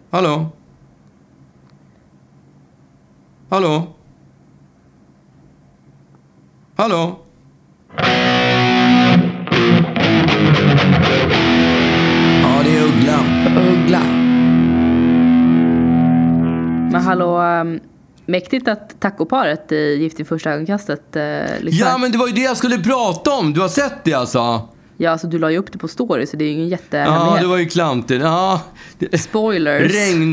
Hallå? Hallå? Hallå? Ja, det är Uggla. Men hallå, mäktigt att tacoparet i Gift i första ögonkastet lyssnar. Ja, men det var ju det jag skulle prata om. Du har sett det alltså? Ja, alltså du la ju upp det på story, så det är ju ingen jättehemlighet. Ja, det var ju klantigt. Ja. Spoilers.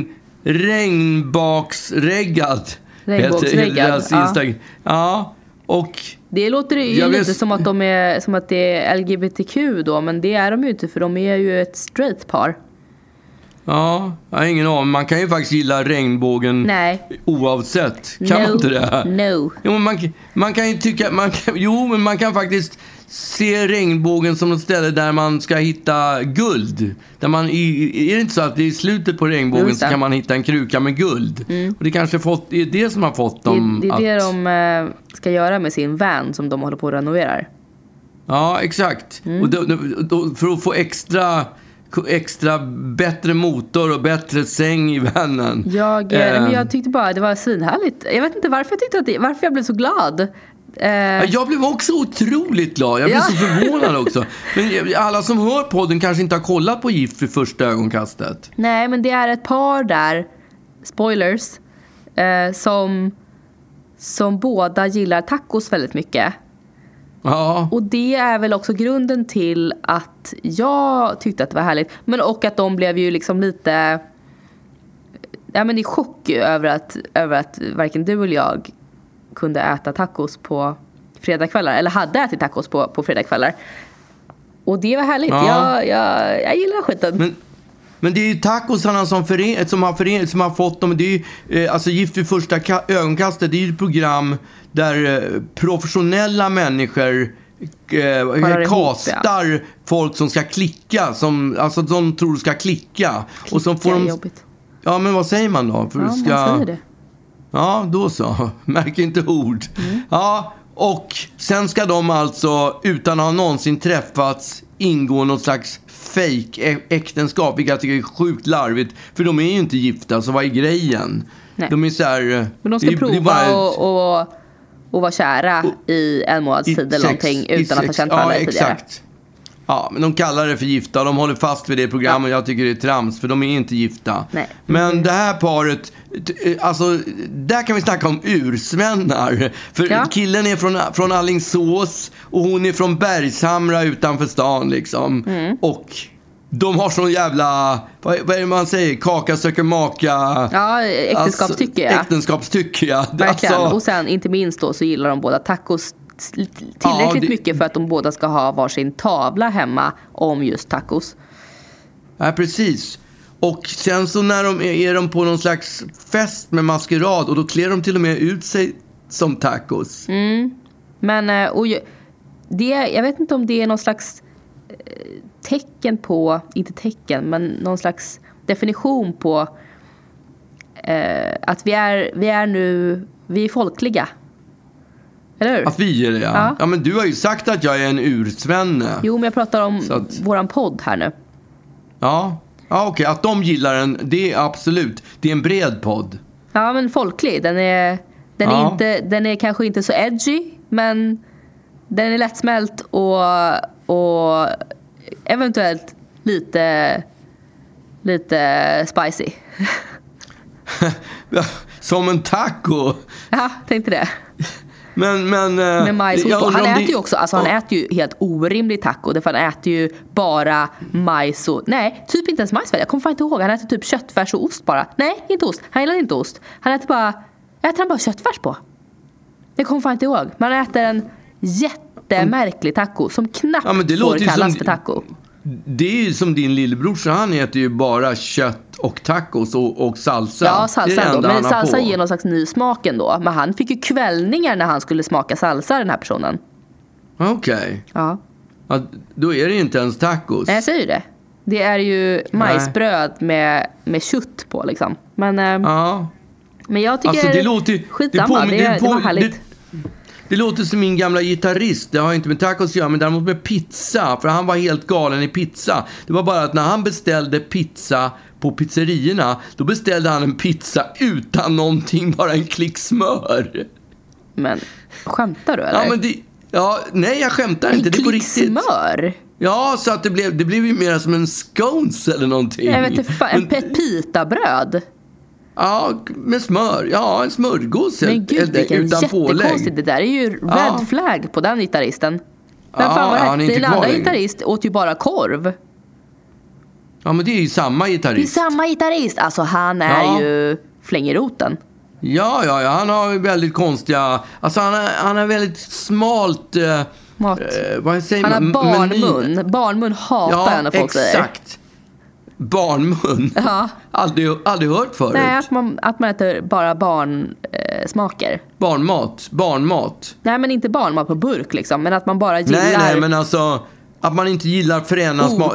Regnbågsreggad. Regnbågsreggad. Ja, och... Det låter ju lite som att som att det är LGBTQ då, men det är de ju inte, för de är ju ett straight par. Ja, jag har ingen aning. Man kan ju faktiskt gilla regnbågen. Nej. Oavsett. Kan man inte det? No. Jo, men man kan ju tycka... men man kan faktiskt se regnbågen som ett ställe där man ska hitta guld. Där man, är det inte så att det är i slutet på regnbågen så kan man hitta en kruka med guld? Och det kanske är det som har fått dem det är det de ska göra med sin van som de håller på att renovera. Ja, exakt. Och då, för att få extra bättre motor och bättre säng i vannen. Jag tyckte bara det var svinhärligt. Jag vet inte varför jag blev så glad. Jag blev också otroligt glad. Jag blev så förvånad också. Men alla som hör podden kanske inte har kollat på Gift vid första ögonkastet. Nej, men det är ett par där, spoilers, som båda gillar tacos väldigt mycket. Ja. Och det är väl också grunden till att jag tyckte att det var härligt. Men och att de blev ju liksom lite i chock över att varken du eller jag kunde äta tacos på fredagskvällar, eller hade ätit tacos på fredagskvällar. Och det var härligt. Ja. Jag gillar skiten. Men det är ju tacosarna som har fått dem. Det är ju, alltså Gift vid första ögonkastet, det är ju ett program där professionella människor kastar folk som ska klicka, alltså de tror ska klicka. Och så får de... Jobbigt. Ja, men vad säger man då? Man säger det. Ja, då så. Märker inte ord. Ja, och sen ska de alltså, utan att ha någonsin träffats, ingå något slags fake-äktenskap, vilket jag tycker är sjukt larvigt. För de är ju inte gifta, så vad är grejen? Nej. De är så här... Men de ska prova och vara kära i en månads tid eller någonting utan att ha känt varandra tidigare. Exakt. Ja, men de kallar det för gifta. De håller fast vid det programmet. Jag tycker det är trams, för de är inte gifta. Nej. Men det här paret, alltså, där kan vi snacka om ursvännar. För killen är från Alingsås och hon är från Bergshamra utanför stan liksom. Och de har sån jävla, vad är det man säger? Kaka söker maka. Ja, äktenskapstycke. Alltså, äktenskapstycke, ja. Verkligen. Alltså, och sen, inte minst då, så gillar de båda tacos tillräckligt mycket för att de båda ska ha varsin tavla hemma om just tacos. Ja, precis. Och sen så när är de på någon slags fest med maskerad, och då klär de till och med ut sig som tacos. Men och jag vet inte om det är någon slags tecken på, inte tecken, men någon slags definition på att vi är folkliga. Eller hur? Att vi är det, ja. Ja, men du har ju sagt att jag är en ursvenne. Jo, men jag pratar om våran podd här nu. Ja, okej. Att de gillar den, det är absolut. Det är en bred podd. Ja, men folklig. Den är kanske inte så edgy, men den är lättsmält och eventuellt lite spicy. Som en taco. Ja, tänkte det. Men med majs. Han äter ju också, alltså han äter ju helt orimlig taco, därför han äter ju bara majs och, nej, typ inte ens majs. Jag kommer fan inte ihåg. Han äter typ köttfärs och ost bara. Nej, inte ost. Han gillar inte ost. Äter han bara köttfärs på. Jag kommer fan inte ihåg. Men han äter en jättemärklig taco som knappt får kallas för taco. Det är ju som din lillebror, så han äter ju bara kött och tacos och salsa. Ja, salsa då. Men salsa ger någon slags ny smak ändå. Men han fick ju kvällningar när han skulle smaka salsa, den här personen. Okej. Ja. Då är det inte ens tacos. Nej, jag säger det. Det är ju majsbröd med kött på liksom. Men jag tycker alltså, det låter, skitsamma, det var härligt. Det låter som min gamla gitarrist. Det har inte med tacos att göra, men däremot med pizza. För han var helt galen i pizza. Det var bara att när han beställde pizza på pizzerierna, då beställde han en pizza utan någonting, bara en klick smör. Men skämtar du eller? Ja, men nej, jag skämtar inte. Det är på riktigt. En klick smör? Ja, så att det blev ju mer som en scones eller någonting. Jag vet inte, en pitabröd. Ja, med smör. Ja, en smörgås. Men gud, vilken jättekonstigt. Det där är ju red flag på den gitarristen. Men fan vad det? Den andra gitarrist åt ju bara korv. Ja, men det är ju samma gitarrist. Det är samma gitarrist. Alltså han är ju flängeroten. Ja, han har väldigt konstiga... Alltså han har väldigt smalt... vad säger han man? har barnmun. Barnmun hatar jag när folk säger. Exakt. Barnmun. Ja. Aldrig hört förut. Nej, att man äter bara barnsmaker. Barnmat. Nej, men inte barnmat på burk liksom. Men att man bara gillar... Nej, men alltså... Att man inte gillar fräna smak.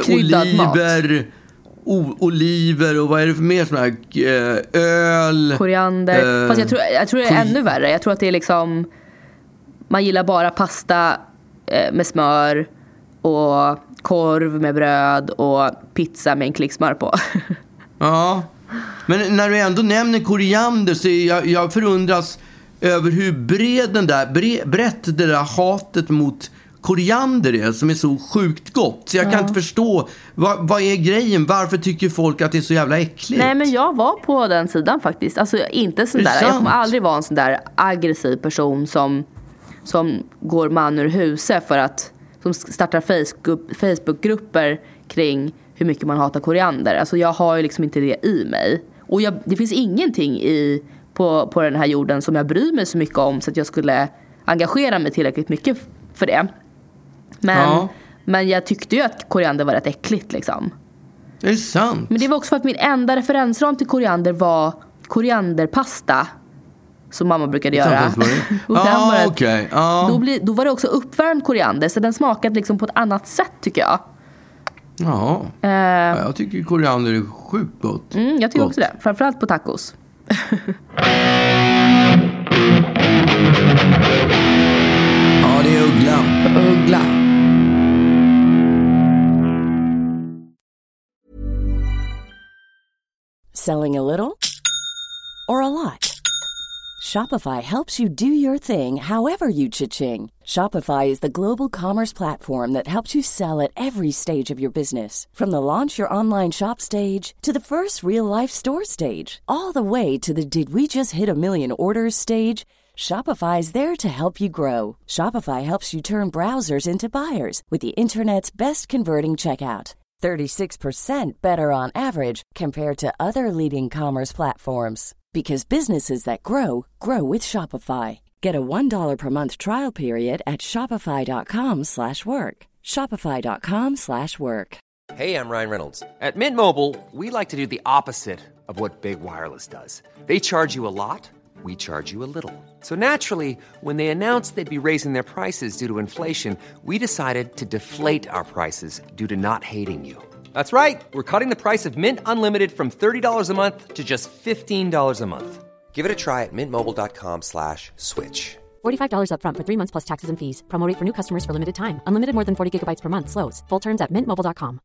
Oliver och vad är det för mer sån här öl, koriander. Fast jag tror det är ännu värre. Jag tror att det är liksom man gillar bara pasta med smör och korv med bröd och pizza med en klick smör på. Ja. Men när du ändå nämner koriander så jag förundras över hur brett det där hatet mot koriander är som är så sjukt gott. Så jag kan inte förstå vad är grejen? Varför tycker folk att det är så jävla äckligt? Nej, men jag var på den sidan faktiskt. Alltså inte sån där. Jag kommer aldrig vara en sån där aggressiv person som går man ur huset för att som startar Facebookgrupper kring hur mycket man hatar koriander. Alltså jag har ju liksom inte det i mig. Och det finns ingenting på den här jorden som jag bryr mig så mycket om så att jag skulle engagera mig tillräckligt mycket för det. Men jag tyckte ju att koriander var rätt äckligt liksom. Det är sant. Men det var också för att min enda referensram till koriander var korianderpasta som mamma brukade göra. Okej. Då var det också uppvärmd koriander så den smakade liksom på ett annat sätt tycker jag. Ja. Jag tycker koriander är sjukt gott. Jag tycker också det. Framförallt på tacos. Ja, det är uggla. Selling a little or a lot? Shopify helps you do your thing however you cha-ching. Shopify is the global commerce platform that helps you sell at every stage of your business. From the launch your online shop stage to the first real-life store stage, all the way to the did we just hit a million orders stage. Shopify is there to help you grow. Shopify helps you turn browsers into buyers with the internet's best converting checkout. 36% better on average compared to other leading commerce platforms. Because businesses that grow, grow with Shopify. Get a $1 per month trial period at shopify.com/work. Shopify.com/work. Hey, I'm Ryan Reynolds. At Mint Mobile, we like to do the opposite of what Big Wireless does. They charge you a lot. We charge you a little. So naturally, when they announced they'd be raising their prices due to inflation, we decided to deflate our prices due to not hating you. That's right. We're cutting the price of Mint Unlimited from $30 a month to just $15 a month. Give it a try at mintmobile.com/switch. $45 up front for 3 months plus taxes and fees. Promo rate for new customers for limited time. Unlimited more than 40 gigabytes per month. Slows full terms at mintmobile.com.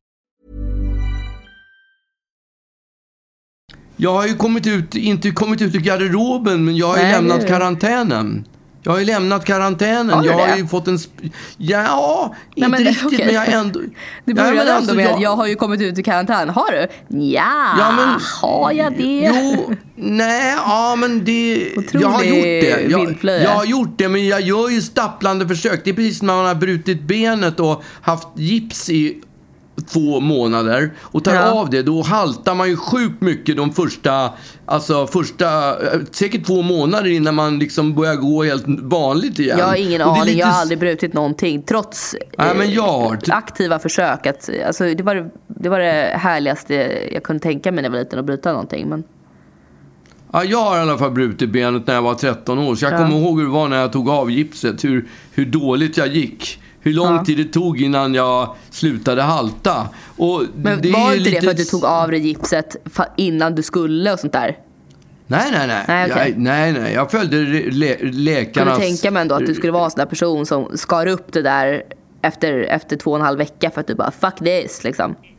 Jag har ju inte kommit ut ur garderoben, men jag har ju lämnat karantänen. Jag har ju fått en... inte riktigt, men jag ändå... Du började ändå med att jag har ju kommit ut ur karantän. Har du? Har jag det? Jo, nej, men det... Jag har gjort det. Jag har gjort det, men jag gör ju stapplande försök. Det är precis när man har brutit benet och haft gips i 2 månader och tar av det, då haltar man ju sjukt mycket de första säkert 2 månader innan man liksom börjar gå helt vanligt igen. Jag har ingen aning, jag har aldrig brutit någonting trots aktiva försök att, alltså, det var det härligaste jag kunde tänka mig när jag var liten, att bryta någonting, men ja, jag har i alla fall brutit benet när jag var 13 år, så jag kommer ihåg hur det var när jag tog av gipset, hur dåligt jag gick. Hur lång tid det tog innan jag slutade halta. Men det var inte det för att du tog av dig gipset innan du skulle och sånt där? Nej. Okay. Nej. Jag följde läkarnas... Kan du tänka mig ändå att du skulle vara en sån där person som skar upp det där efter 2,5 veckor för att du bara, fuck this, liksom?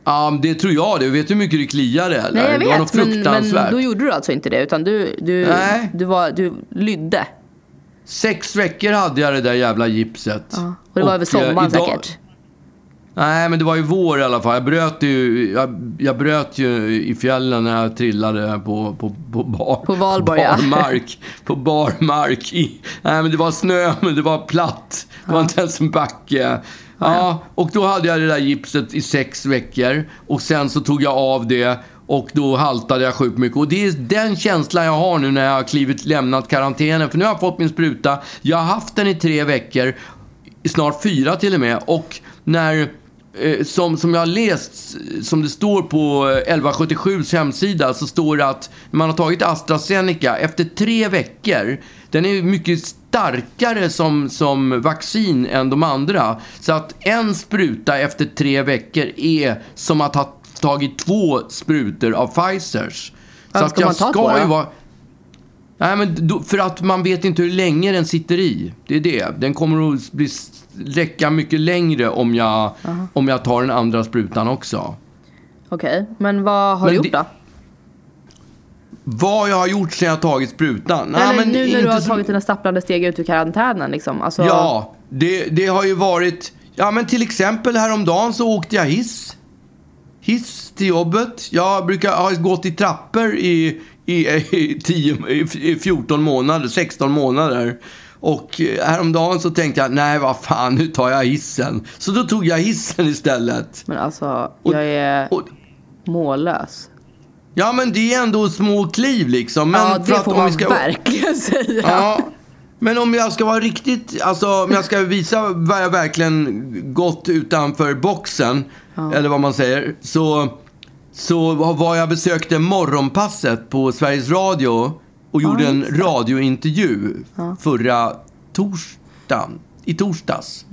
Ja, det tror jag det. Vet du hur mycket det kliade? Eller? Nej, jag vet. Det var något fruktansvärt. Men då gjorde du alltså inte det, utan du lydde. 6 veckor hade jag det där jävla gipset. Ja. Och det var över sommaren säkert. Nej, men det var ju vår i alla fall. Jag bröt ju i fjällen när jag trillade på barmark. På barmark. Nej, men det var snö, men det var platt. Det var inte ens en backe. Ja, och då hade jag det där gipset i 6 veckor. Och sen så tog jag av det. Och då haltade jag sjukt mycket. Och det är den känslan jag har nu när jag har lämnat karantänen. För nu har jag fått min spruta. Jag har haft den i 3 veckor. Snart 4 till och med. Och när... Som jag har läst, som det står på 1177s hemsida, så står det att man har tagit AstraZeneca efter 3 veckor. Den är mycket starkare som vaccin än de andra. Så att en spruta efter 3 veckor är som att ha tagit 2 sprutor av Pfizers. Så att jag ska ju vara... Nej, men för att man vet inte hur länge den sitter i. Det är det. Den kommer att räcka mycket längre om jag tar den andra sprutan också. Okej, men vad har du gjort då? Vad jag har gjort sedan jag tagit sprutan? Eller men nu när du har tagit dina stapplande steg ut ur karantänen liksom. Alltså... Ja, det har ju varit... Ja, men till exempel häromdagen så åkte jag hiss till jobbet. Jag brukar ha gått i trappor i 14 månader, 16 månader. Och häromdagen så tänkte jag, nej vad fan, nu tar jag hissen. Så då tog jag hissen istället. Men alltså, jag är mållös. Ja, men det är ändå små kliv liksom. Men ja, det för att får man verkligen säga. Ja, men om jag ska vara riktigt, alltså om jag ska visa vad jag verkligen gått utanför boxen, eller vad man säger, så var jag besökte morgonpasset på Sveriges Radio och gjorde en radiointervju förra torsdagen, i torsdags.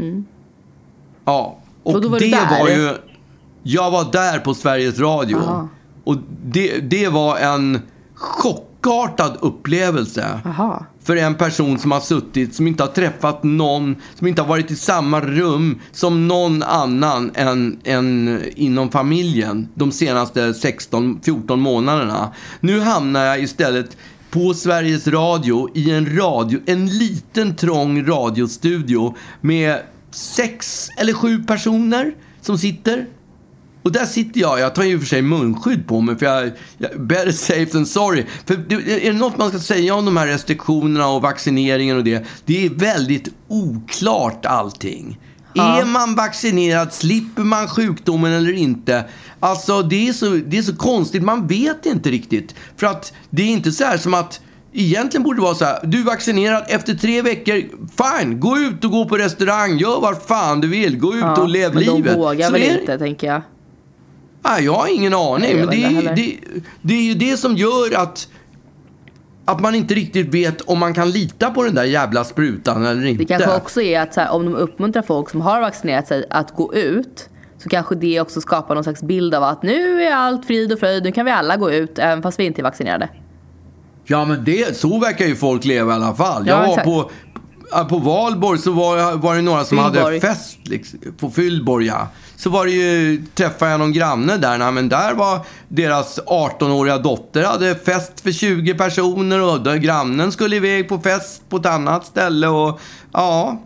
Ja, och då var det där. var ju, jag var där på Sveriges Radio. Aha. Och det var en chockartad upplevelse. Aha. För en person som har suttit, som inte har träffat någon, som inte har varit i samma rum som någon annan än inom familjen de senaste 16-14 månaderna. Nu hamnar jag istället på Sveriges Radio i en liten trång radiostudio med 6 eller 7 personer som sitter. Och där sitter jag tar ju för sig munskydd på mig, för jag better safe than sorry. För är det något man ska säga om de här restriktionerna och vaccineringen och det är väldigt oklart allting. Ja. Är man vaccinerad, slipper man sjukdomen eller inte? Alltså det är så konstigt, man vet inte riktigt. För att det är inte så här som att egentligen borde det vara så här: du är vaccinerad efter 3 veckor, fine, gå ut och gå på restaurang, gör vad fan du vill, gå ut och lev livet. Men de vågar väl inte, tänker jag. Nej, jag har ingen aning. Men det är ju det som gör att man inte riktigt vet om man kan lita på den där jävla sprutan eller inte. Det kanske också är att så här, om de uppmuntrar folk som har vaccinerat sig att gå ut, så kanske det också skapar någon slags bild av att nu är allt frid och fröjd, nu kan vi alla gå ut även fast vi inte är vaccinerade. Ja, men så verkar ju folk leva i alla fall. Ja, jag var på Valborg, så var det några som hade fest liksom, på Fyllborg, ja. Så var det ju, träffade jag någon granne där. Men där var deras 18-åriga dotter, hade fest för 20 personer. Och där grannen skulle iväg på fest på ett annat ställe. Och ja.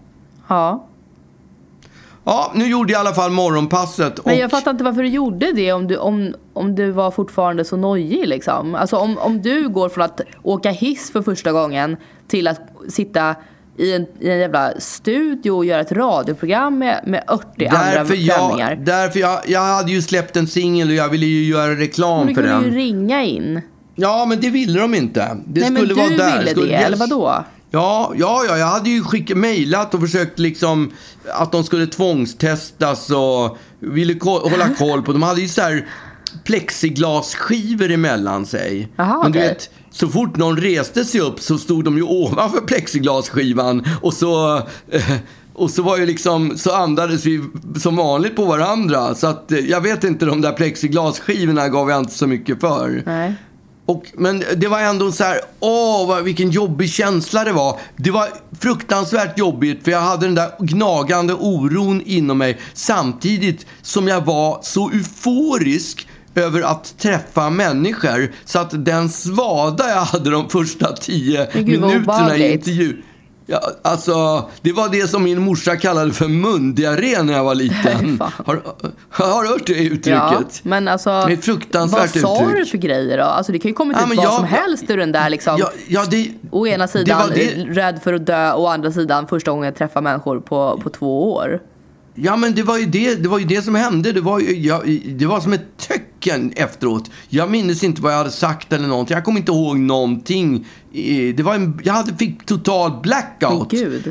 Ja, nu gjorde jag i alla fall morgonpasset. Men jag fattar inte varför du gjorde det om du var fortfarande så nojig liksom. Alltså om du går från att åka hiss för första gången till att sitta i en jävla studio och göra ett radioprogram med 80 andra främlingar. Därför jag hade ju släppt en singel och jag ville ju göra reklam för den. Men du kunde ju ringa in. Ja, men det ville de inte. Det skulle vara där. Men du ville det, eller vadå? Ja, jag hade ju mejlat och försökt liksom att de skulle tvångstestas och ville hålla koll på. De hade ju så här plexiglasskivor emellan sig. Aha, men du vet, så fort någon reste sig upp så stod de ju ovanför plexiglasskivan och så var ju liksom, så andades vi som vanligt på varandra. Så att jag vet inte, de där plexiglasskivorna gav jag inte så mycket för. Nej. Men det var ändå så här, vilken jobbig känsla det var. Det var fruktansvärt jobbigt, för jag hade den där gnagande oron inom mig, samtidigt som jag var så euforisk över att träffa människor, så att den svada jag hade de första 10 minuterna i intervju. Ja, alltså, det var det som min morsa kallade för mundiarré när jag var liten. Har du hört det uttrycket? Ja, men alltså, det är fruktansvärt vad sa du för grejer då? Alltså, det kan ju komma ut vad som helst ur den där liksom. Å ena sidan rädd för att dö, å andra sidan första gången jag träffar människor på 2 år. Ja, men det var ju det som hände. Det var som ett töcken efteråt. Jag minns inte vad jag hade sagt eller någonting. Jag kommer inte ihåg någonting. Jag fick total blackout.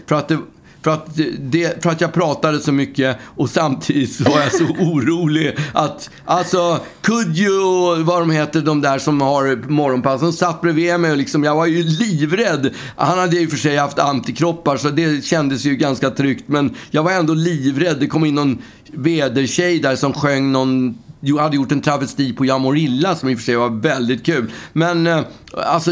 För att jag pratade så mycket, och samtidigt så var jag så orolig att, alltså, vad de heter, de där som har morgonpass, som satt bredvid mig, och liksom, jag var ju livrädd. Han hade ju för sig haft antikroppar, så det kändes ju ganska tryggt, men jag var ändå livrädd. Det kom in någon vädertjej där som sjöng hade gjort en travesti på Jamorilla, som i och för sig var väldigt kul. Men alltså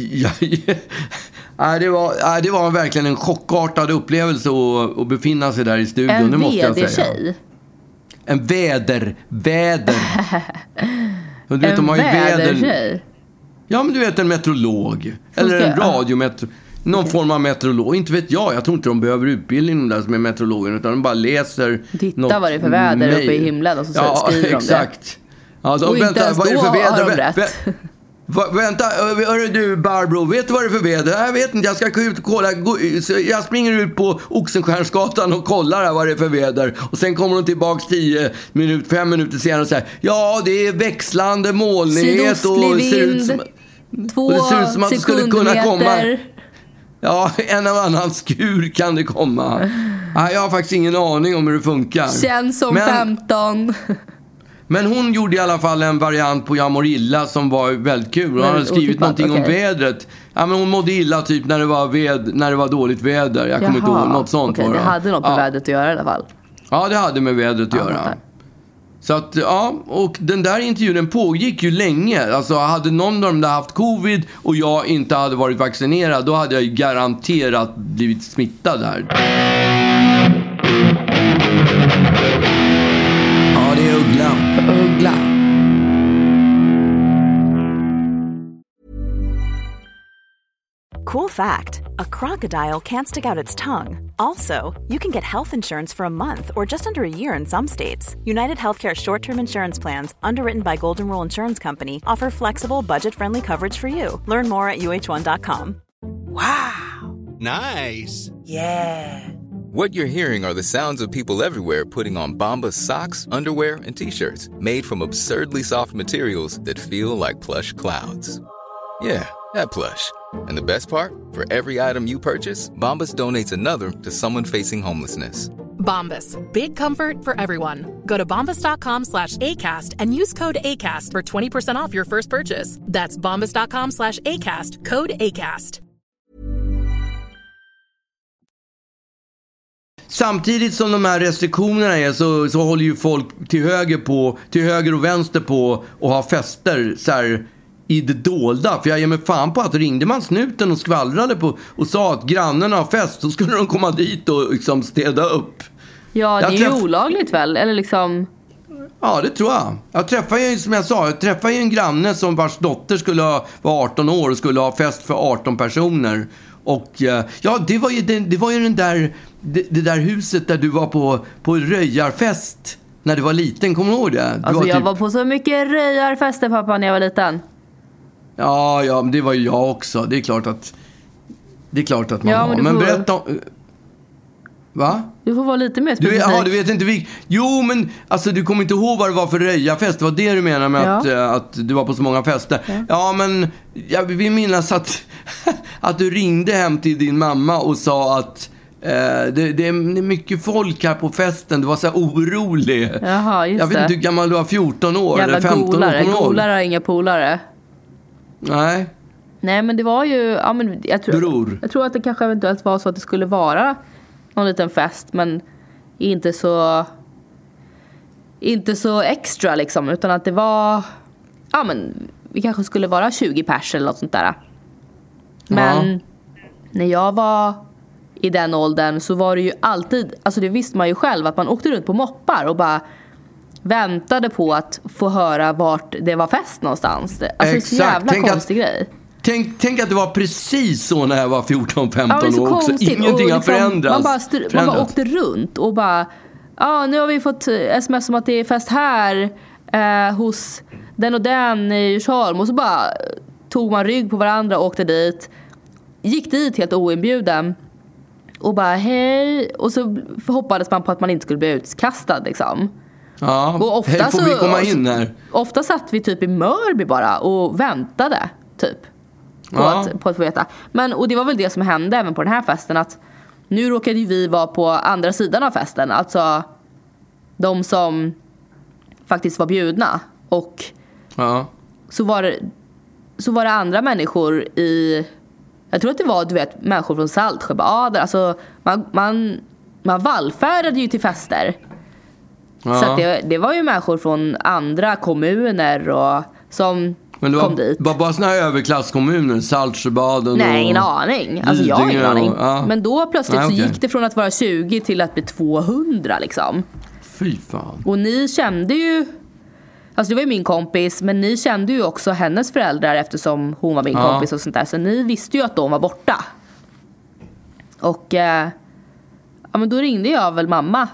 det var verkligen en chockartad upplevelse att befinna sig där i studion. Det måste jag säga. En väder. Du vet, de har ju väder. Ja, men du vet, en meteorolog. Eller en radiometeorolog. Någon form av meteorolog. Inte vet jag tror inte de behöver utbildning, de där som är meteorologer, utan de bara läser. Titta vad det är för väder uppe i himlen, och så skriver de exakt. det. Alltså, och inte ens då har de rätt. Vänta, du Barbro, vet du vad det är för väder? Jag vet inte, jag ska gå ut och kolla. Jag springer ut på Oxenstiernsgatan och kollar här vad det är för väder. Och sen kommer de tillbaks 5 minuter senare och säger, ja, det är växlande molnighet och det ser ut som att det skulle kunna komma. Ja, en och annan skur kan det komma. Jag har faktiskt ingen aning om hur det funkar. Känns som 15. Men hon gjorde i alla fall en variant på Jamorilla som var väldigt kul. Hon hade skrivit någonting om vädret. Ja, men hon mådde illa typ när det var dåligt väder. Jag kommer inte ihåg något sånt. Det hade något med vädret att göra i alla fall. Ja, det hade med vädret att göra. Så att, och den där intervjun pågick ju länge. Alltså, hade någon av dem där haft covid och jag inte hade varit vaccinerad, då hade jag ju garanterat blivit smittad där. Ja, det är Uggla. Cool fact, a crocodile can't stick out its tongue. Also, you can get health insurance for a month or just under a year in some states. United Healthcare short-term insurance plans, underwritten by Golden Rule Insurance Company, offer flexible, budget-friendly coverage for you. Learn more at uh1.com. Wow! Nice! Yeah! What you're hearing are the sounds of people everywhere putting on Bombas socks, underwear, and T-shirts made from absurdly soft materials that feel like plush clouds. Yeah, that plush. And the best part? For every item you purchase, Bombas donates another to someone facing homelessness. Bombas. Big comfort for everyone. Go to bombas.com/ACAST and use code ACAST for 20% off your first purchase. That's bombas.com/ACAST. Code ACAST. Samtidigt som de här restriktionerna är så håller ju folk till höger och vänster på och ha fester så här i det dolda. För jag ger mig fan på att ringde man snuten och skvallrade på och sa att grannarna har fest, så skulle de komma dit och liksom städa upp. Ja, det är ju olagligt väl? Eller liksom... Ja, det tror jag. Jag träffade ju en granne som vars dotter skulle vara 18 år och skulle ha fest för 18 personer. Och ja, det var ju det där huset där du var på röjarfest när du var liten, kommer du ihåg det? Alltså jag var på så mycket röjarfester, pappa, när jag var liten. Ja, men det var ju jag också. Det är klart att man har. Men berätta om... Va? Du får vara lite mer specifik. Du vet inte Jo, men alltså du kommer inte ihåg vad det var för röjarfest. Det var det du menar med att du var på så många fester. Ja, men jag vill minnas att du ringde hem till din mamma och sa att det är mycket folk här på festen. Du var så här orolig. Jaha, just det. Jag vet inte hur gammal du var, 14 år jävla eller 15 golare. år. Golare har inga polare. Nej, men det var ju... Ja, men jag tror att det kanske eventuellt var så att det skulle vara någon liten fest, men inte så extra liksom, utan att det var vi kanske skulle vara 20 pers eller något sånt där. Men när jag var i den åldern så var det ju alltid, alltså det visste man ju själv, att man åkte runt på moppar och bara väntade på att få höra vart det var fest någonstans. Alltså det är så jävla konstig grej. Tänk att det var precis så när jag var 14-15 år också. Ingenting har förändrats. Man bara åkte runt och bara, nu har vi fått sms om att det är fest här hos den och den i Djursholm. Och så bara tog man rygg på varandra och åkte dit. Gick dit helt oinbjuden. Och bara hej. Och så hoppades man på att man inte skulle bli utkastad liksom. Ja, och ofta hej, får vi komma in här? Ofta satt vi typ i Mörby bara och väntade typ på att få veta. Och det var väl det som hände även på den här festen, att nu råkade ju vi vara på andra sidan av festen, alltså de som faktiskt var bjudna, och så var det andra människor i, jag tror att det var, du vet, människor från Saltsjöbaden, alltså man vallfärdade ju till fester. Så att det var ju människor från andra kommuner och som kom dit. Men det var bara såna här överklasskommuner, Saltsjöbaden. Nej, ingen aning. Alltså jag har ingen aning. Men då plötsligt så gick det från att vara 20 till att bli 200 liksom. Fy fan. Och ni kände ju, alltså det var ju min kompis, men ni kände ju också hennes föräldrar eftersom hon var min kompis och sånt där. Så ni visste ju att de var borta. Och men då ringde jag väl mamma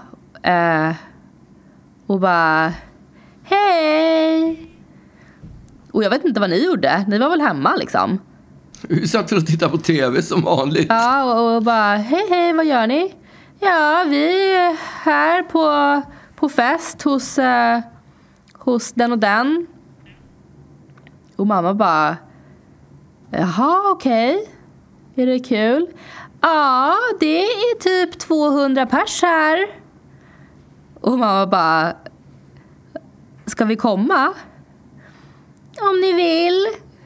och bara hej. Och jag vet inte vad ni gjorde. Ni var väl hemma liksom. Vi satt och tittade på tv som vanligt. Ja, och bara hej, vad gör ni? Ja, vi är här på fest hos den och den. Och mamma bara, jaha, okej. Är det kul? Ja, det är typ 200 pers här. Och mamma bara, ska vi komma? Om ni vill.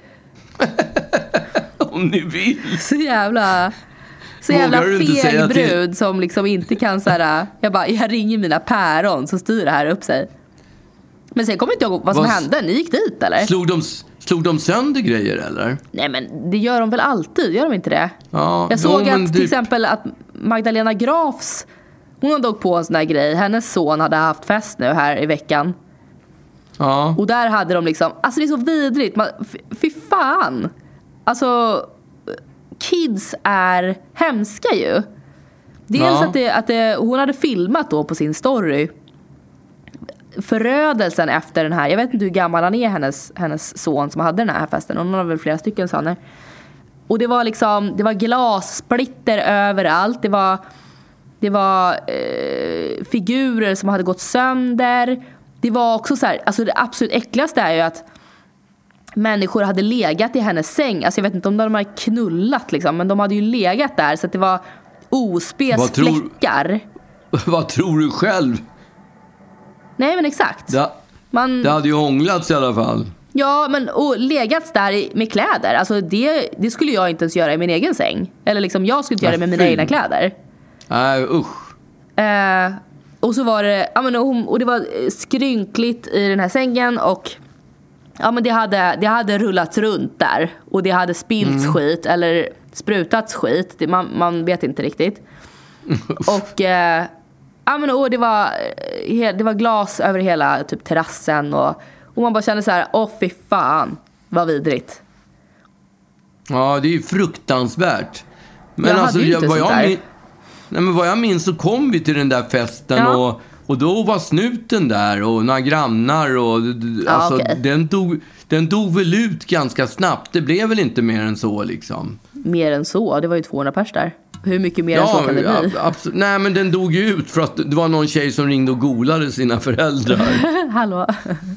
Om ni vill. Så jävla feg brud som liksom inte kan så här. Jag ringer mina päron så styr det här upp sig. Men sen kommer inte jag vad som hände. Ni gick dit eller? Slog de sönder grejer eller? Nej, men det gör de väl alltid, gör de inte det? Ja, jag såg att till exempel att Magdalena Grafs, hon hade åkt på en sån här grej. Hennes son hade haft fest nu här i veckan. Ja. Och där hade de liksom, alltså det är så vidrigt. Fy fan. Alltså kids är hemska ju. Dels att hon hade filmat då på sin story förödelsen efter den här. Jag vet inte hur gammal han är, hennes son som hade den här festen. Hon har väl flera stycken söner. Och det var liksom, det var glassplitter överallt. Det var figurer som hade gått sönder. Det var också så här, alltså det absolut äckligaste är ju att människor hade legat i hennes säng. Alltså jag vet inte om de hade knullat liksom, men de hade ju legat där så att det var ospes fläckar. Vad tror du själv? Nej, men exakt. Det hade ju ånglats i alla fall. Ja, men och legats där med kläder. Alltså det skulle jag inte ens göra i min egen säng. Eller liksom jag skulle inte göra det med mina egna kläder. Nej, usch. Och så var det, och det var skrynkligt i den här sängen och men det hade rullats runt där och det hade spillts skit eller sprutats skit. Man vet inte riktigt. Och och det var glas över hela typ terrassen och man bara kände så här, fy fan, vad vidrigt. Ja, det är ju fruktansvärt. Men vad jag minns så kom vi till den där festen och då var snuten där och några grannar och den dog väl ut ganska snabbt. Det blev väl inte mer än så liksom. Mer än så? Det var ju 200 pers där. Hur mycket mer än så kan det bli? Absolut. Nej, men den dog ju ut för att det var någon tjej som ringde och golade sina föräldrar. Hallå.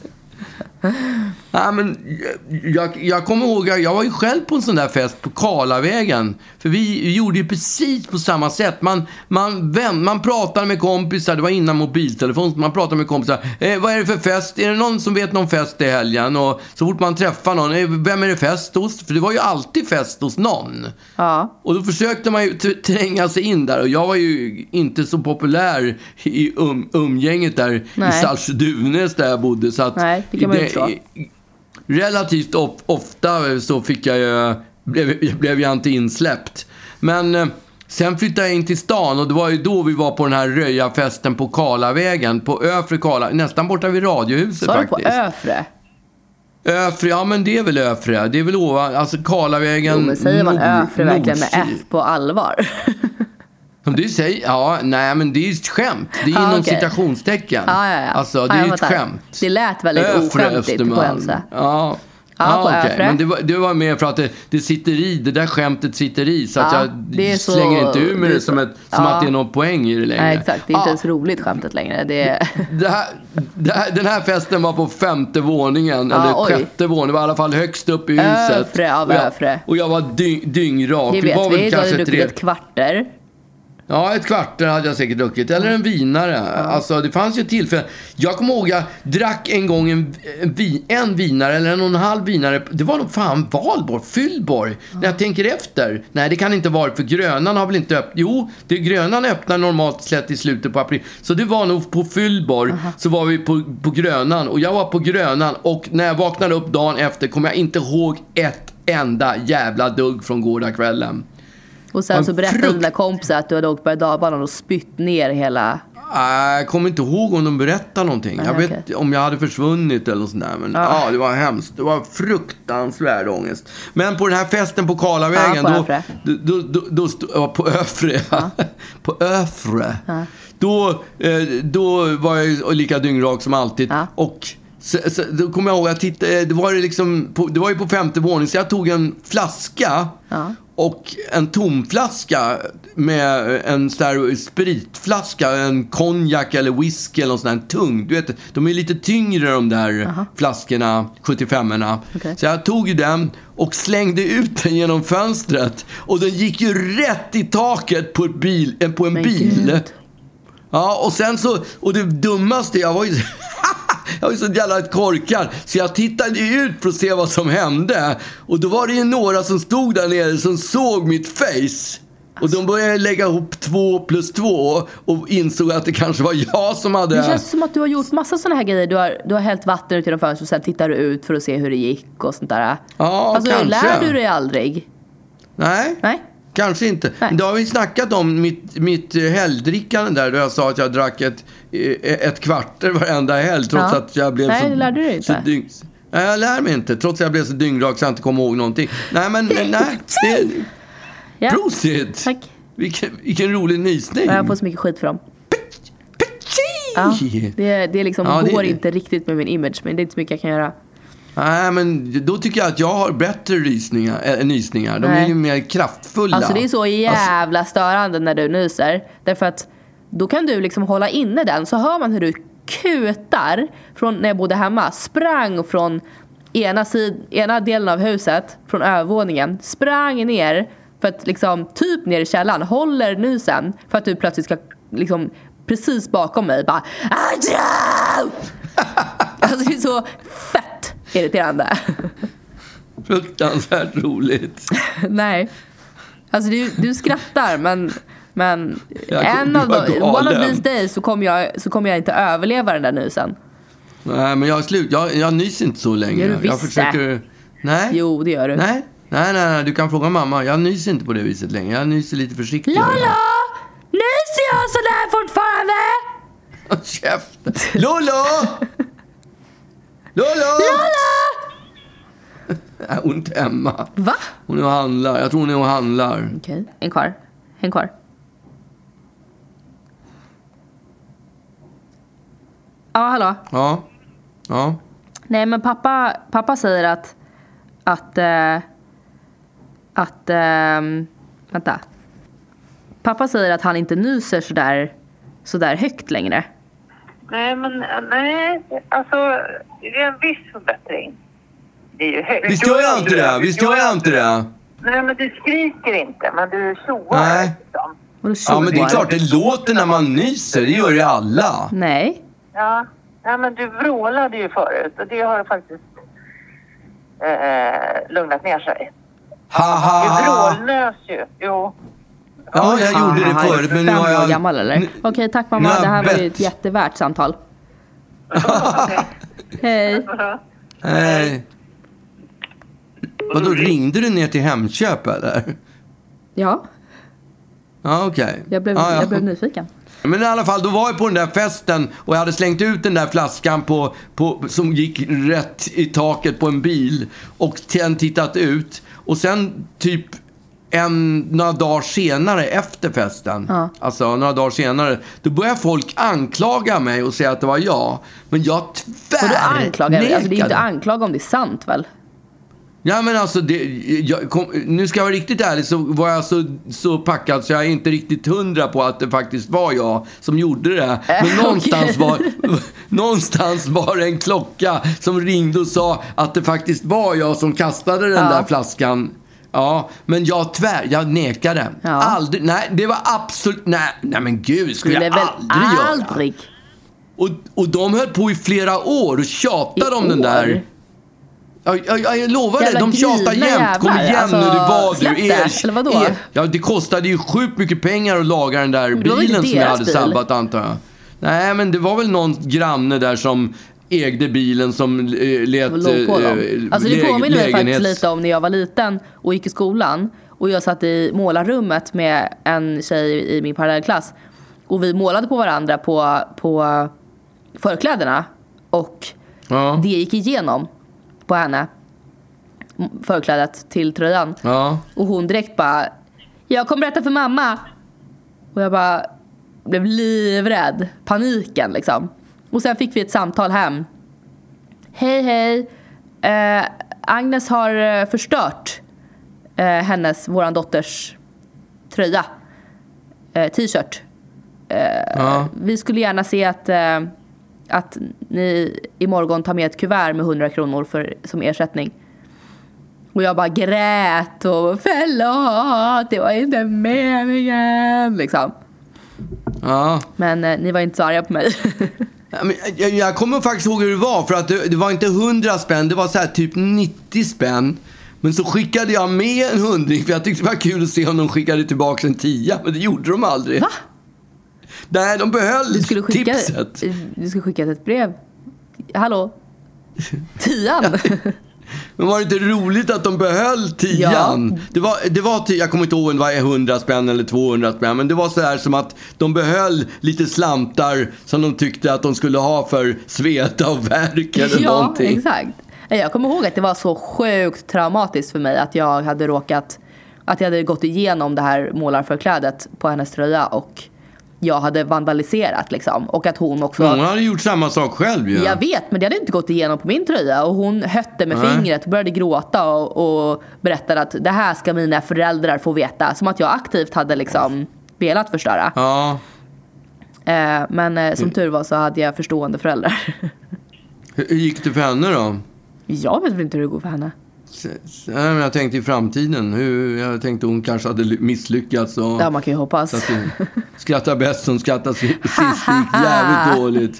Nej, men jag kommer ihåg, jag var ju själv på en sån där fest på Karlavägen. För vi gjorde ju precis på samma sätt. Man pratade med kompisar, det var innan mobiltelefon, man pratade med kompisar. Vad är det för fest? Är det någon som vet någon fest i helgen? Och så fort man träffar någon, vem är det fest hos? För det var ju alltid fest hos någon. Ja. Och då försökte man ju tränga sig in där. Och jag var ju inte så populär i umgänget där i Saltsjö-Duvnäs där jag bodde. Så att nej, det kan man ju relativt ofta så blev jag inte insläppt. Men sen flyttade jag in till stan och det var ju då vi var på den här röjafesten på Karlavägen, på Öfre Karla, nästan borta vid Radiohuset faktiskt. På Öfre? Öfre, ja men det är väl Öfre. Det är väl ovan, alltså Karlavägen. Jo, men säger man Öfre verkligen med F på allvar? Som du säger, ja, nej men det är ett skämt. Det är inom citationstecken. Ja. Alltså, det är ett skämt. Det lät väldigt oskämtigt på Elsa. Ja. Okej. Men det var mer för att det sitter i, det där skämtet sitter i. Så att jag slänger inte ur med det som att det är någon poäng i det längre. Nej, exakt, det är inte ens roligt skämtet längre. Den här festen var på 5:e våningen, eller 6:e våningen, var i alla fall högst upp i huset. Öfre. Och jag var dyngrak. Det vet vi, du hade druckit ett kvarter. Ja, ett kvarter hade jag säkert druckit. Eller en vinare. Alltså, det fanns ju tillfällen. Jag kommer ihåg, jag drack en gång en vinare eller 1,5 vinare. Det var nog fan Valborg, Fyllborg. När jag tänker efter. Nej, det kan inte vara, för Grönan har väl inte öppnat. Jo, Grönan öppnar normalt slätt i slutet på april. Så det var nog på Fyllborg. Så var vi på Grönan. Och jag var på Grönan. Och när jag vaknade upp dagen efter kom jag inte ihåg ett enda jävla dugg från gårdagskvällen. Och sen så berättade dina kompisar att du hade åkt berg-och-dalbanan och spytt ner hela... Jag kommer inte ihåg om de berättade någonting. Jag vet om jag hade försvunnit eller sånt där. Men det var hemskt. Det var fruktansvärd ångest. Men på den här festen på Karlavägen... På Öfre. På Öfre. Då var jag lika dyngrak som alltid. Och... Så då kommer jag ihåg att det var ju på 5:e våningen, så jag tog en flaska och en tomflaska med en sån spritflaska, en konjak eller whisky eller något sånt där, tung. Du vet, de är lite tyngre de där flaskorna, 75-erna. Okay. Så jag tog den och slängde ut den genom fönstret och den gick ju rätt i taket på en bil. Gud. Ja, och sen så, och det dummaste, jag var ju så jävla korkad. Så jag tittade ut för att se vad som hände. Och då var det ju några som stod där nere som såg mitt face. Och de började lägga ihop 2 + 2 och insåg att det kanske var jag som hade... Det känns som att du har gjort massa såna här grejer. Du har hällt vatten ut genom fönstret och sen tittar du ut för att se hur det gick och sånt där. Ja, alltså, kanske. Lär du dig aldrig? Nej. Kanske inte. Nej. Då har vi snackat om mitt helgdrickande där. Då jag sa att jag drack ett kvarter varenda helg. Trots att jag blev Nej, lärde du dig inte? Nej, jag lär mig inte. Trots att jag blev så dyngrak så jag inte kommer ihåg någonting. Nej, men nej. Prosit! Tack. Vilken rolig nysning. Jag får så mycket skit för dem. Ja, det liksom går inte riktigt med min image. Men det är inte så mycket jag kan göra. Nej, men då tycker jag att jag har bättre nysningar. De är ju mer kraftfulla. Alltså det är så jävla störande när du nyser. Därför att då kan du liksom hålla inne den. Så hör man hur du kutar från när jag bodde hemma. Sprang från ena delen av huset, från övervåningen. Sprang ner för att liksom typ ner i källaren. Håller nysen för att du plötsligt ska liksom precis bakom mig bara alltså det är så fett irriterande. Fruktansvärt roligt. Nej. Alltså du skrattar men one of these days så kommer jag inte överleva den där nysen. Nej, men jag nyser inte så länge. Jag försöker. Nej. Jo, det gör du. Nej, du kan fråga mamma. Jag nyser inte på det viset längre. Jag nyser lite försiktigt. Lolo! Nyser jag så där fortfarande? Käften. Lolo! Nej, hon är inte hemma. Va? Hon är och handlar. Jag tror hon är och handlar. Okej, Häng kvar. Ja, hallå. Ja. Nej, men pappa säger att vänta. Pappa säger att han inte nyser sådär högt längre. Nej, alltså det är en viss förbättring. Det är ju högt. Visst gör jag inte det? Nej, men du skriker inte, men du tjoar. Nej. Ja, men det är klart, det låter när man nyser. Det gör ju alla. Nej. Ja, men du vrålade ju förut. Och det har faktiskt lugnat ner sig. Du vrålnös ju. Jo. Ja, jag gjorde det förut. Men nu har jag... gammal, eller? Okej, tack mamma. Det här var ju ett jättevärt samtal. Hej. Vadå, ringde du ner till Hemköp eller? Ja. Ja, okej. Jag blev nyfiken. Men i alla fall, då var jag på den där festen och jag hade slängt ut den där flaskan som gick rätt i taket på en bil och sen tittat ut. Och sen typ några dagar senare efter festen, alltså några dagar senare, då började folk anklaga mig och säga att det var jag. Men jag tvärnekade. Alltså det är inte anklaga om det är sant väl? Ja, men alltså nu ska jag vara riktigt ärlig, så var jag så packad så jag är inte riktigt 100 på att det faktiskt var jag som gjorde det. Men någonstans var det en klocka som ringde och sa att det faktiskt var jag som kastade den där flaskan. Ja, men jag nekade. Aldrig, nej, det var absolut, nej men gud, skulle jag aldrig göra. Och de höll på i flera år och tjatade om den där. Jag lovar dig, de tjatar jämt. Kom igen alltså, nu, det var du. Ja, det kostade ju sjukt mycket pengar att laga den där bilen som jag hade sabbat, antar jag. Nej, men det var väl någon granne där som ägde bilen som lät alltså det påminner mig faktiskt lite om när jag var liten och gick i skolan. Och jag satt i målarrummet med en tjej i min parallellklass. Och vi målade på varandra på förkläderna. Och det gick igenom på henne, förklädet till tröjan. Och hon direkt bara, jag kommer berätta för mamma. Och jag bara blev livrädd, paniken liksom. Och sen fick vi ett samtal hem. Hej, Agnes har förstört våran dotters tröja, t-shirt. Vi skulle gärna se att ni imorgon tar med ett kuvert med 100 kronor som ersättning. Och jag bara grät och förlåt, det var inte meningen liksom. Men ni var inte så arga på mig. Jag kommer faktiskt ihåg hur det var, för att det var inte 100 spänn, det var så här typ 90 spänn. Men så skickade jag med en 100, för jag tyckte det var kul att se om de skickade tillbaka en 10, men det gjorde de aldrig. Va? Nej, de behöll tipset. Du skulle skicka ett brev. Hallå? 10. Men var det inte roligt att de behöll 10? Ja. Det var jag kommer inte ihåg om det var 100 spänn eller 200 spänn, men det var så här som att de behöll lite slantar som de tyckte att de skulle ha för sveda och värk eller någonting. Ja, exakt. Jag kommer ihåg att det var så sjukt traumatiskt för mig att jag hade gått igenom det här målarförklädet på hennes tröja och jag hade vandaliserat liksom. Och att hon också... Hon hade gjort samma sak själv ju. Jag vet, men det hade inte gått igenom på min tröja. Och hon hötte med fingret och började gråta och berättade att det här ska mina föräldrar få veta. Som att jag aktivt hade liksom velat förstöra. Ja. Men som tur var så hade jag förstående föräldrar. Hur gick det för henne då? Jag vet inte hur det går för henne. Nej, men jag tänkte i framtiden. Jag tänkte hon kanske hade misslyckats. Och ja, man kan ju hoppas. Skrattar bäst som skrattar sist. Gick jävligt dåligt.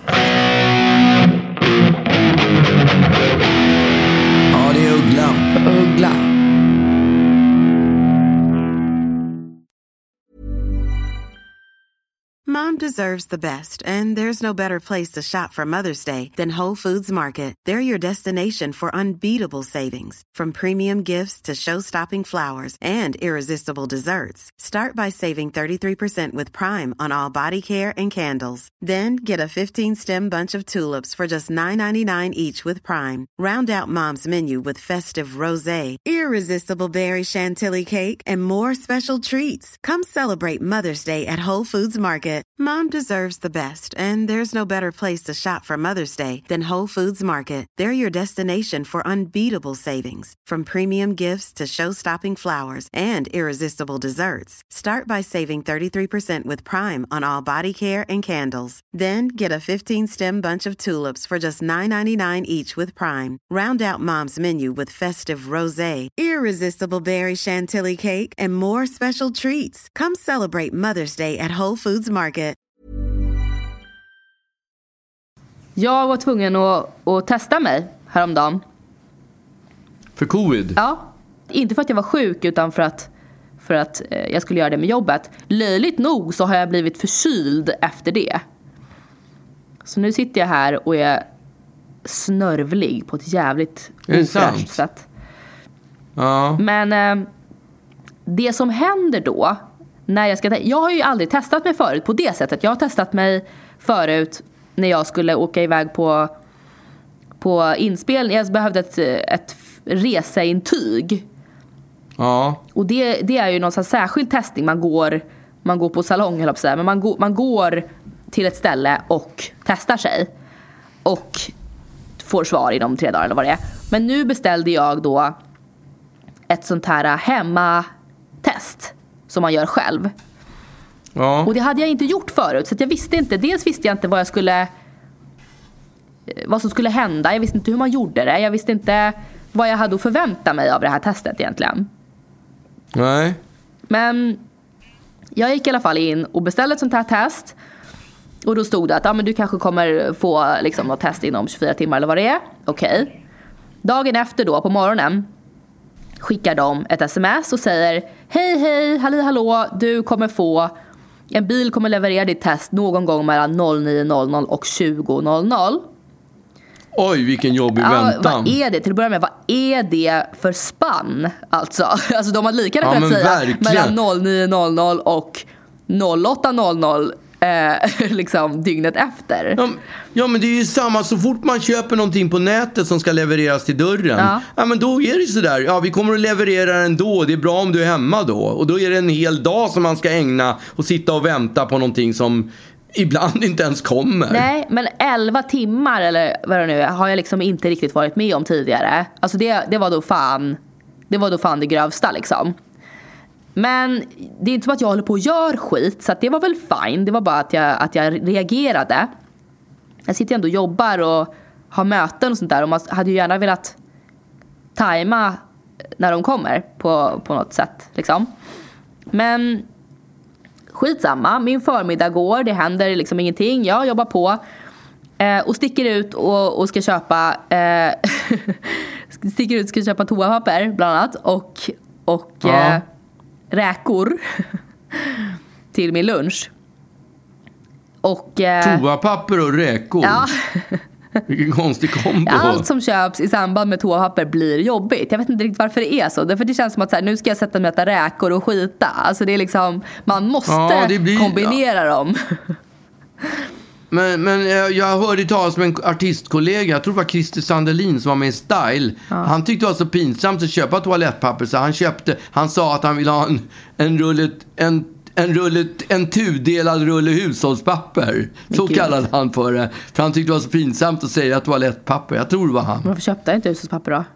Ja, det är Uggla. Mom deserves the best, and there's no better place to shop for Mother's Day than Whole Foods Market. They're your destination for unbeatable savings, from premium gifts to show-stopping flowers and irresistible desserts. Start by saving 33% with Prime on all body care and candles. Then get a 15-stem bunch of tulips for just $9.99 each with Prime. Round out Mom's menu with festive rosé, irresistible berry chantilly cake, and more special treats. Come celebrate Mother's Day at Whole Foods Market. Mom deserves the best, and there's no better place to shop for Mother's Day than Whole Foods Market. They're your destination for unbeatable savings, from premium gifts to show-stopping flowers and irresistible desserts. Start by saving 33% with Prime on all body care and candles. Then get a 15-stem bunch of tulips for just $9.99 each with Prime. Round out Mom's menu with festive rosé, irresistible berry chantilly cake, and more special treats. Come celebrate Mother's Day at Whole Foods Market. Jag var tvungen att testa mig häromdagen. För covid? Ja, inte för att jag var sjuk utan för att jag skulle göra det med jobbet. Löjligt nog så har jag blivit förkyld efter det. Så nu sitter jag här och är snörvlig på ett jävligt ofräscht sätt. Ja. Men det som händer då när jag har ju aldrig testat mig förut på det sättet. Jag har testat mig förut när jag skulle åka iväg på inspelning. Jag behövde ett reseintyg. Ja. Och det är ju någon sån särskild testning. Man går på salong, eller så här, men man går till ett ställe och testar sig och får svar inom 3 dagar eller vad det är. Men nu beställde jag då ett sånt här hemmatest som man gör själv. Ja. Och det hade jag inte gjort förut, så att jag visste inte. Dels visste jag inte vad som skulle hända. Jag visste inte hur man gjorde det. Jag visste inte vad jag hade att förvänta mig av det här testet egentligen. Nej. Men jag gick i alla fall in och beställde ett sånt här test. Och då stod det att men du kanske kommer få liksom något test inom 24 timmar eller vad det är. Okej. Dagen efter då, på morgonen, skickar de ett sms och säger: hej, hallå, du kommer få, en bil kommer leverera ditt test någon gång mellan 09:00 och 20:00. Oj, vilken jobbig väntan. Vad är det? Till att börja med, vad är det för spann? Alltså de har lika gärna kunnat säga verkligen. mellan 09:00 och 08:00 liksom dygnet efter. Ja, men det är ju samma. Så fort man köper någonting på nätet som ska levereras till dörren, ja men då är det sådär. Ja, vi kommer att leverera den då. Det är bra om du är hemma då. Och då är det en hel dag som man ska ägna och sitta och vänta på någonting som ibland inte ens kommer. Nej, men 11 timmar eller vad det nu är, har jag liksom inte riktigt varit med om tidigare. Alltså det var då fan det grövsta liksom. Men det är inte som att jag håller på och gör skit, så att det var väl fine. Det var bara att jag reagerade. Jag sitter ändå och jobbar och har möten och sånt där, och man hade ju gärna velat tajma när de kommer på något sätt liksom. Men skitsamma, min förmiddag går, det händer liksom ingenting. Jag jobbar på och sticker ut och ska köpa ska köpa toapapper bland annat och räkor till min lunch. Och toapapper och räkor. Ja. Vilken konstig kombo. Allt som köps i samband med toapapper blir jobbigt. Jag vet inte riktigt varför det är så. Därför det känns som att så här, nu ska jag sätta mig och äta räkor och skita. Alltså det är liksom, man måste kombinera dem. Men jag hörde talas med en artistkollega, jag tror det var Christer Sandelin som var med i Style. Ja. Han tyckte det var så pinsamt att köpa toalettpapper, så han sa att han ville ha en tudelad rulle hushållspapper. Så kallade han för det. För han tyckte det var så pinsamt att säga toalettpapper. Jag tror det var han. Varför köpte jag inte hushållspapper då?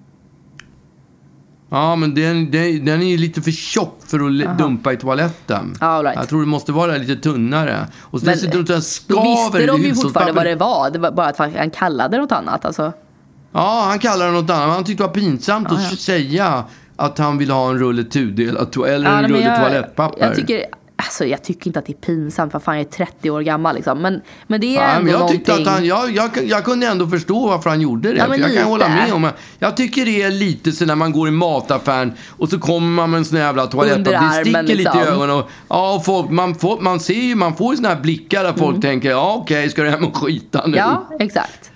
Ja, men den är ju lite för tjock för att dumpa i toaletten. Right. Jag tror det måste vara lite tunnare. Och så men dessutom då visste de ju fortfarande vad det var. Det var bara att han kallade det något annat. Alltså. Ja, han kallade det något annat. Han tyckte det var pinsamt att säga att han ville ha en rulle tudelat eller en rulle toalettpapper. Jag tycker inte att det är pinsamt. För fan, jag är 30 år gammal liksom. Men det är ändå jag tyckte någonting... att jag kunde ändå förstå varför han gjorde det. För jag kan hålla med om. Jag tycker det är lite så när man går i mataffären och så kommer man med en sån jävla toalett och det sticker lite i ögonen. Och folk, man ser ju, man får ju såna här blickar där folk tänker, okej, ska du hem och skita nu? Ja, exakt.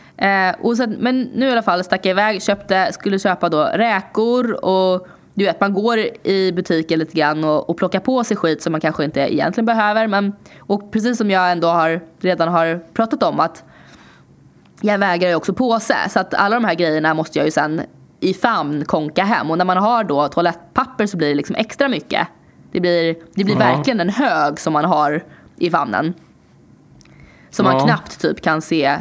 Men nu i alla fall stack jag iväg, skulle köpa då räkor, och du vet, man går i butiken lite grann och plockar på sig skit som man kanske inte egentligen behöver. Och precis som jag ändå redan har pratat om, att jag väger ju också påse. Så att alla de här grejerna måste jag ju sen i famn konka hem. Och när man har då toalettpapper så blir det liksom extra mycket. Det blir verkligen en hög som man har i famnen. Som man knappt typ kan se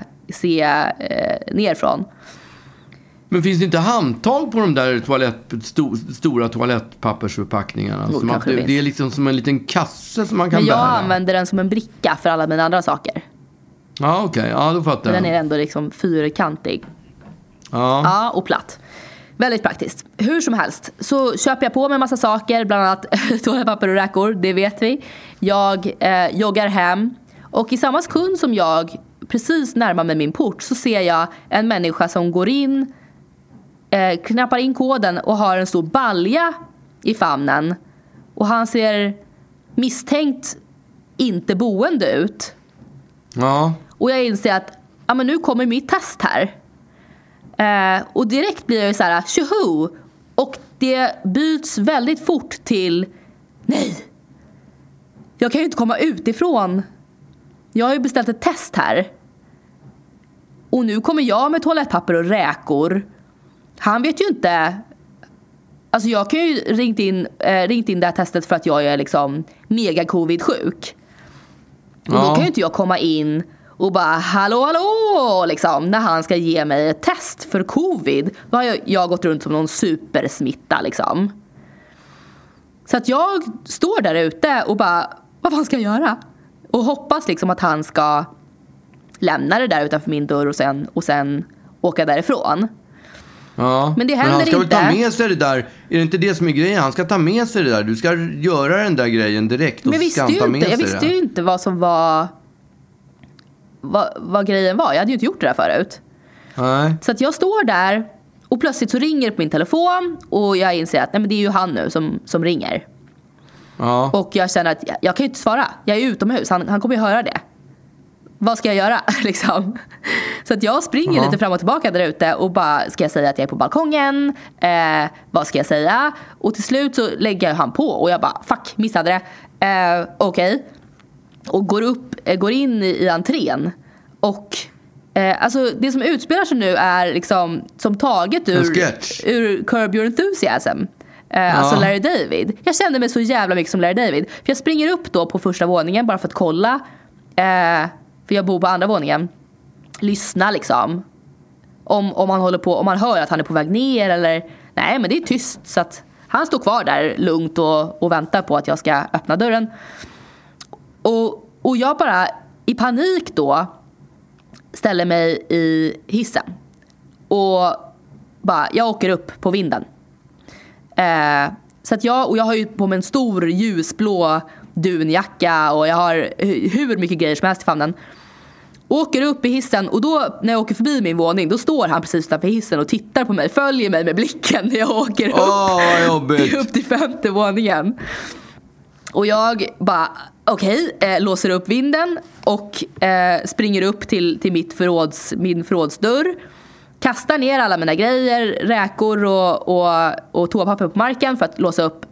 ner från. Men finns det inte handtag på de där stora toalettpappersförpackningarna? Det är liksom som en liten kasse som man kan bära. Men jag använder den som en bricka för alla mina andra saker. Ja, okej. Ja, då fattar jag. Den är ändå liksom fyrkantig. Ja, och platt. Väldigt praktiskt. Hur som helst så köper jag på mig en massa saker, bland annat toalettpapper och räkor, det vet vi. Jag joggar hem, och i samma sekund som jag precis närmar mig min port så ser jag en människa som går in, knappar in koden och har en stor balja i famnen. Och han ser misstänkt inte boende ut. Ja. Och jag inser att men nu kommer mitt test här. Och direkt blir jag ju så här, tjoho! det byts väldigt fort till nej, jag kan ju inte komma utifrån. Jag har ju beställt ett test här. Och nu kommer jag med toalettpapper och räkor. Han vet ju inte. Alltså jag kan ju ringt in det här testet för att jag är liksom mega covid-sjuk. Och då kan ju inte jag komma in och bara hallå liksom, när han ska ge mig ett test för covid. Då har jag gått runt som någon supersmitta liksom. Så att jag står där ute och bara, vad fan ska jag göra? Och hoppas liksom att han ska lämna det där utanför min dörr och sen åka därifrån. Ja, men det händer inte. Han ska väl ta med sig det där. Är det inte det som är grejen? Han ska ta med sig det där. Du ska göra den där grejen direkt. Men jag visste ju inte vad som var vad grejen var. Jag hade ju inte gjort det där förut. Nej. Så att jag står där och plötsligt så ringer det på min telefon och jag inser att nej, men det är ju han nu som ringer. Ja. Och jag känner att jag kan ju inte svara. Jag är utomhus. Han kommer ju höra det. Vad ska jag göra liksom? Så att jag springer lite fram och tillbaka där ute och bara, ska jag säga att jag är på balkongen? Vad ska jag säga? Och till slut så lägger jag han på och jag bara, fuck, missade det. Okej. Och går in i entrén. Och alltså det som utspelar sig nu är liksom som taget ur Curb Your Enthusiasm. Alltså Larry David. Jag kände mig så jävla mycket som Larry David. För jag springer upp då på första våningen bara för att kolla. För jag bor på andra våningen. Lyssna liksom. Om man håller på, om man hör att han är på väg ner eller nej, men det är tyst så att han står kvar där lugnt och väntar på att jag ska öppna dörren. Och jag bara i panik då ställer mig i hissen. Och bara jag åker upp på vinden. Så att jag har ju på mig en stor ljusblå dunjacka och jag har hur mycket grejer som helst i famnen. Åker upp i hissen och då när jag åker förbi min våning då står han precis utanför hissen och tittar på mig, följer mig med blicken när jag åker upp till 5:e våningen. Och jag bara låser upp vinden och springer upp till min förrådsdörr. Kastar ner alla mina grejer, räkor och toapapper på marken för att låsa upp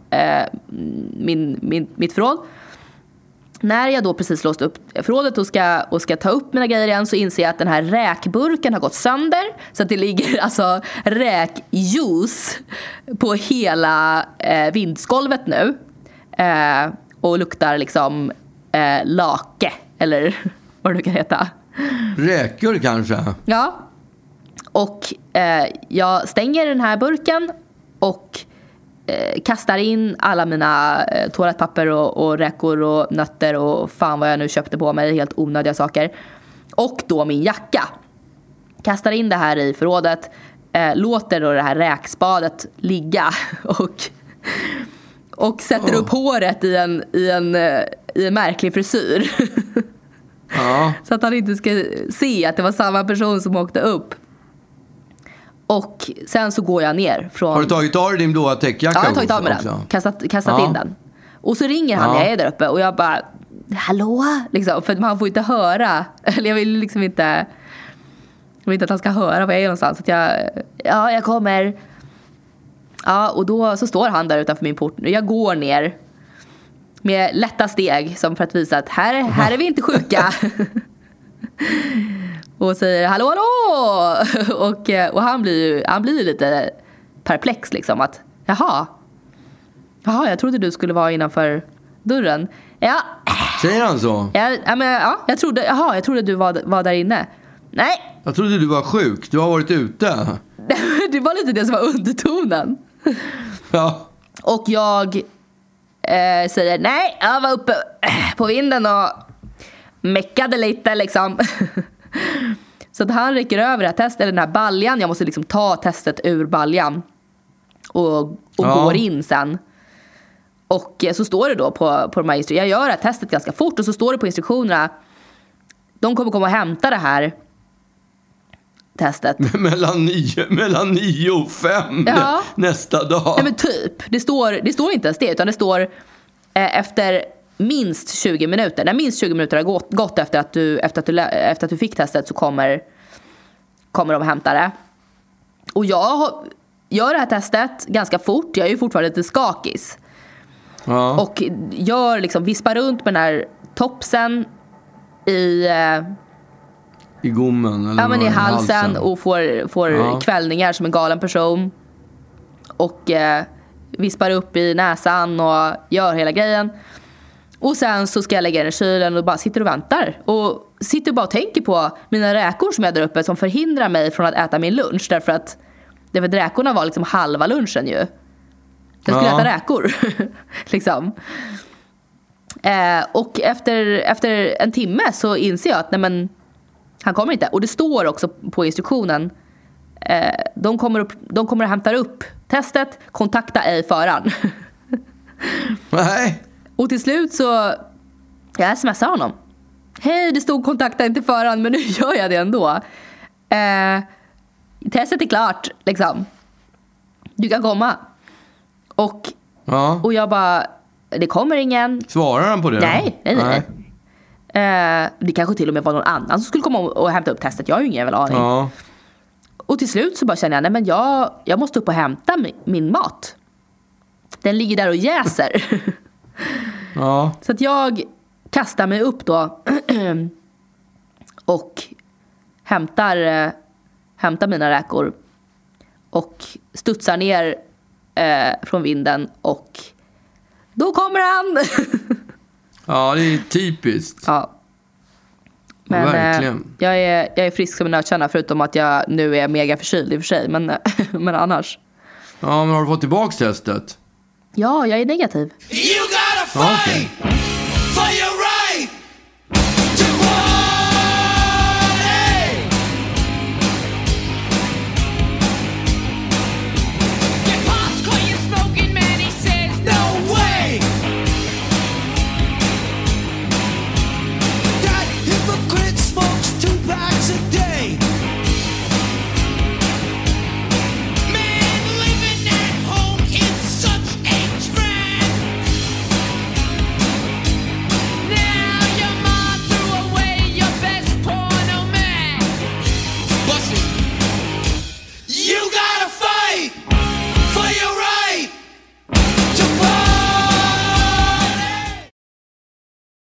mitt förråd. När jag då precis låst upp förrådet och ska ta upp mina grejer igen så inser jag att den här räkburken har gått sönder. Så att det ligger alltså räkjuice på hela vindsgolvet nu. Och luktar liksom lake eller vad det nu kan heta. Räkor kanske? Ja. Och jag stänger den här burken och kastar in alla mina toalettpapper och räkor och nötter och fan vad jag nu köpte på mig, helt onödiga saker. Och då min jacka. Kastar in det här i förrådet, låter då det här räkspadet ligga och sätter upp håret i en märklig frisyr. Så att han inte ska se att det var samma person som åkte upp. Och sen så går jag ner från... Har du tagit av din blåa täckjacka? Ja, jag har tagit av mig den. Kastat in den. Och så ringer han när jag är där uppe. Och jag bara, hallå? Liksom, för man får inte höra. Eller jag vill liksom inte... Jag vill inte att han ska höra var jag är någonstans. Så att jag kommer. Ja, och då så står han där utanför min port. Jag går ner med lätta steg. Som för att visa att här är vi inte sjuka. Och säger hallå. Och han blir lite perplex liksom att jaha, jag trodde du skulle vara innanför dörren. Ja. Säger han så? Jag trodde du var där inne. Nej. Jag trodde du var sjuk. Du har varit ute. Det var lite det som var undertonen. Ja. Och jag säger nej, jag var uppe på vinden och meckade lite liksom. Så att han räcker över det här testet, den här baljan. Jag måste liksom ta testet ur baljan och går in sen. Och så står det då på de här instruktionerna. Jag gör det här testet ganska fort och så står det på instruktionerna. De kommer komma och hämta det här testet. Mellan 9 och 5 nästa dag. Nej men typ. Det står inte ens det, utan det står efter minst 20 minuter. När minst 20 minuter har gått efter att du fick testet så kommer de hämta det. Och jag gör det här testet ganska fort. Jag är ju fortfarande lite skakis. Ja. Och gör liksom, vispar runt med den här topsen i gommen eller men i halsen och får kvällningar som en galen person. Och vispar upp i näsan och gör hela grejen. Och sen så ska jag lägga den i kylen och bara sitter och väntar. Och sitter bara och tänker på mina räkor som jag där uppe som förhindrar mig från att äta min lunch. Därför att räkorna var liksom halva lunchen ju. Jag skulle äta räkor. liksom. Och efter en timme så inser jag att nej, men, han kommer inte. Och det står också på instruktionen. De kommer att hämta upp testet. Kontakta ej föraren. Nej. Och till slut så jag smsar honom. Hej, det stod kontakta inte föraren, men nu gör jag det ändå. Testet är klart, liksom. Du kan komma. Och jag bara, det kommer ingen. Svarar han på det? Nej. Det kanske till och med var någon annan som skulle komma och hämta upp testet. Jag har ju ingen väl aning. Ja. Och till slut så bara känner jag, nej men jag måste upp och hämta min mat. Den ligger där och jäser. Ja. Så att jag kastar mig upp då och hämtar mina räkor och studsar ner från vinden och då kommer han. Ja, det är typiskt. Ja. Men verkligen. Jag är frisk som en nötkärna förutom att jag nu är mega förkyld i och för sig, men annars. Ja, men har du fått tillbaka testet? Ja, jag är negativ. Okay.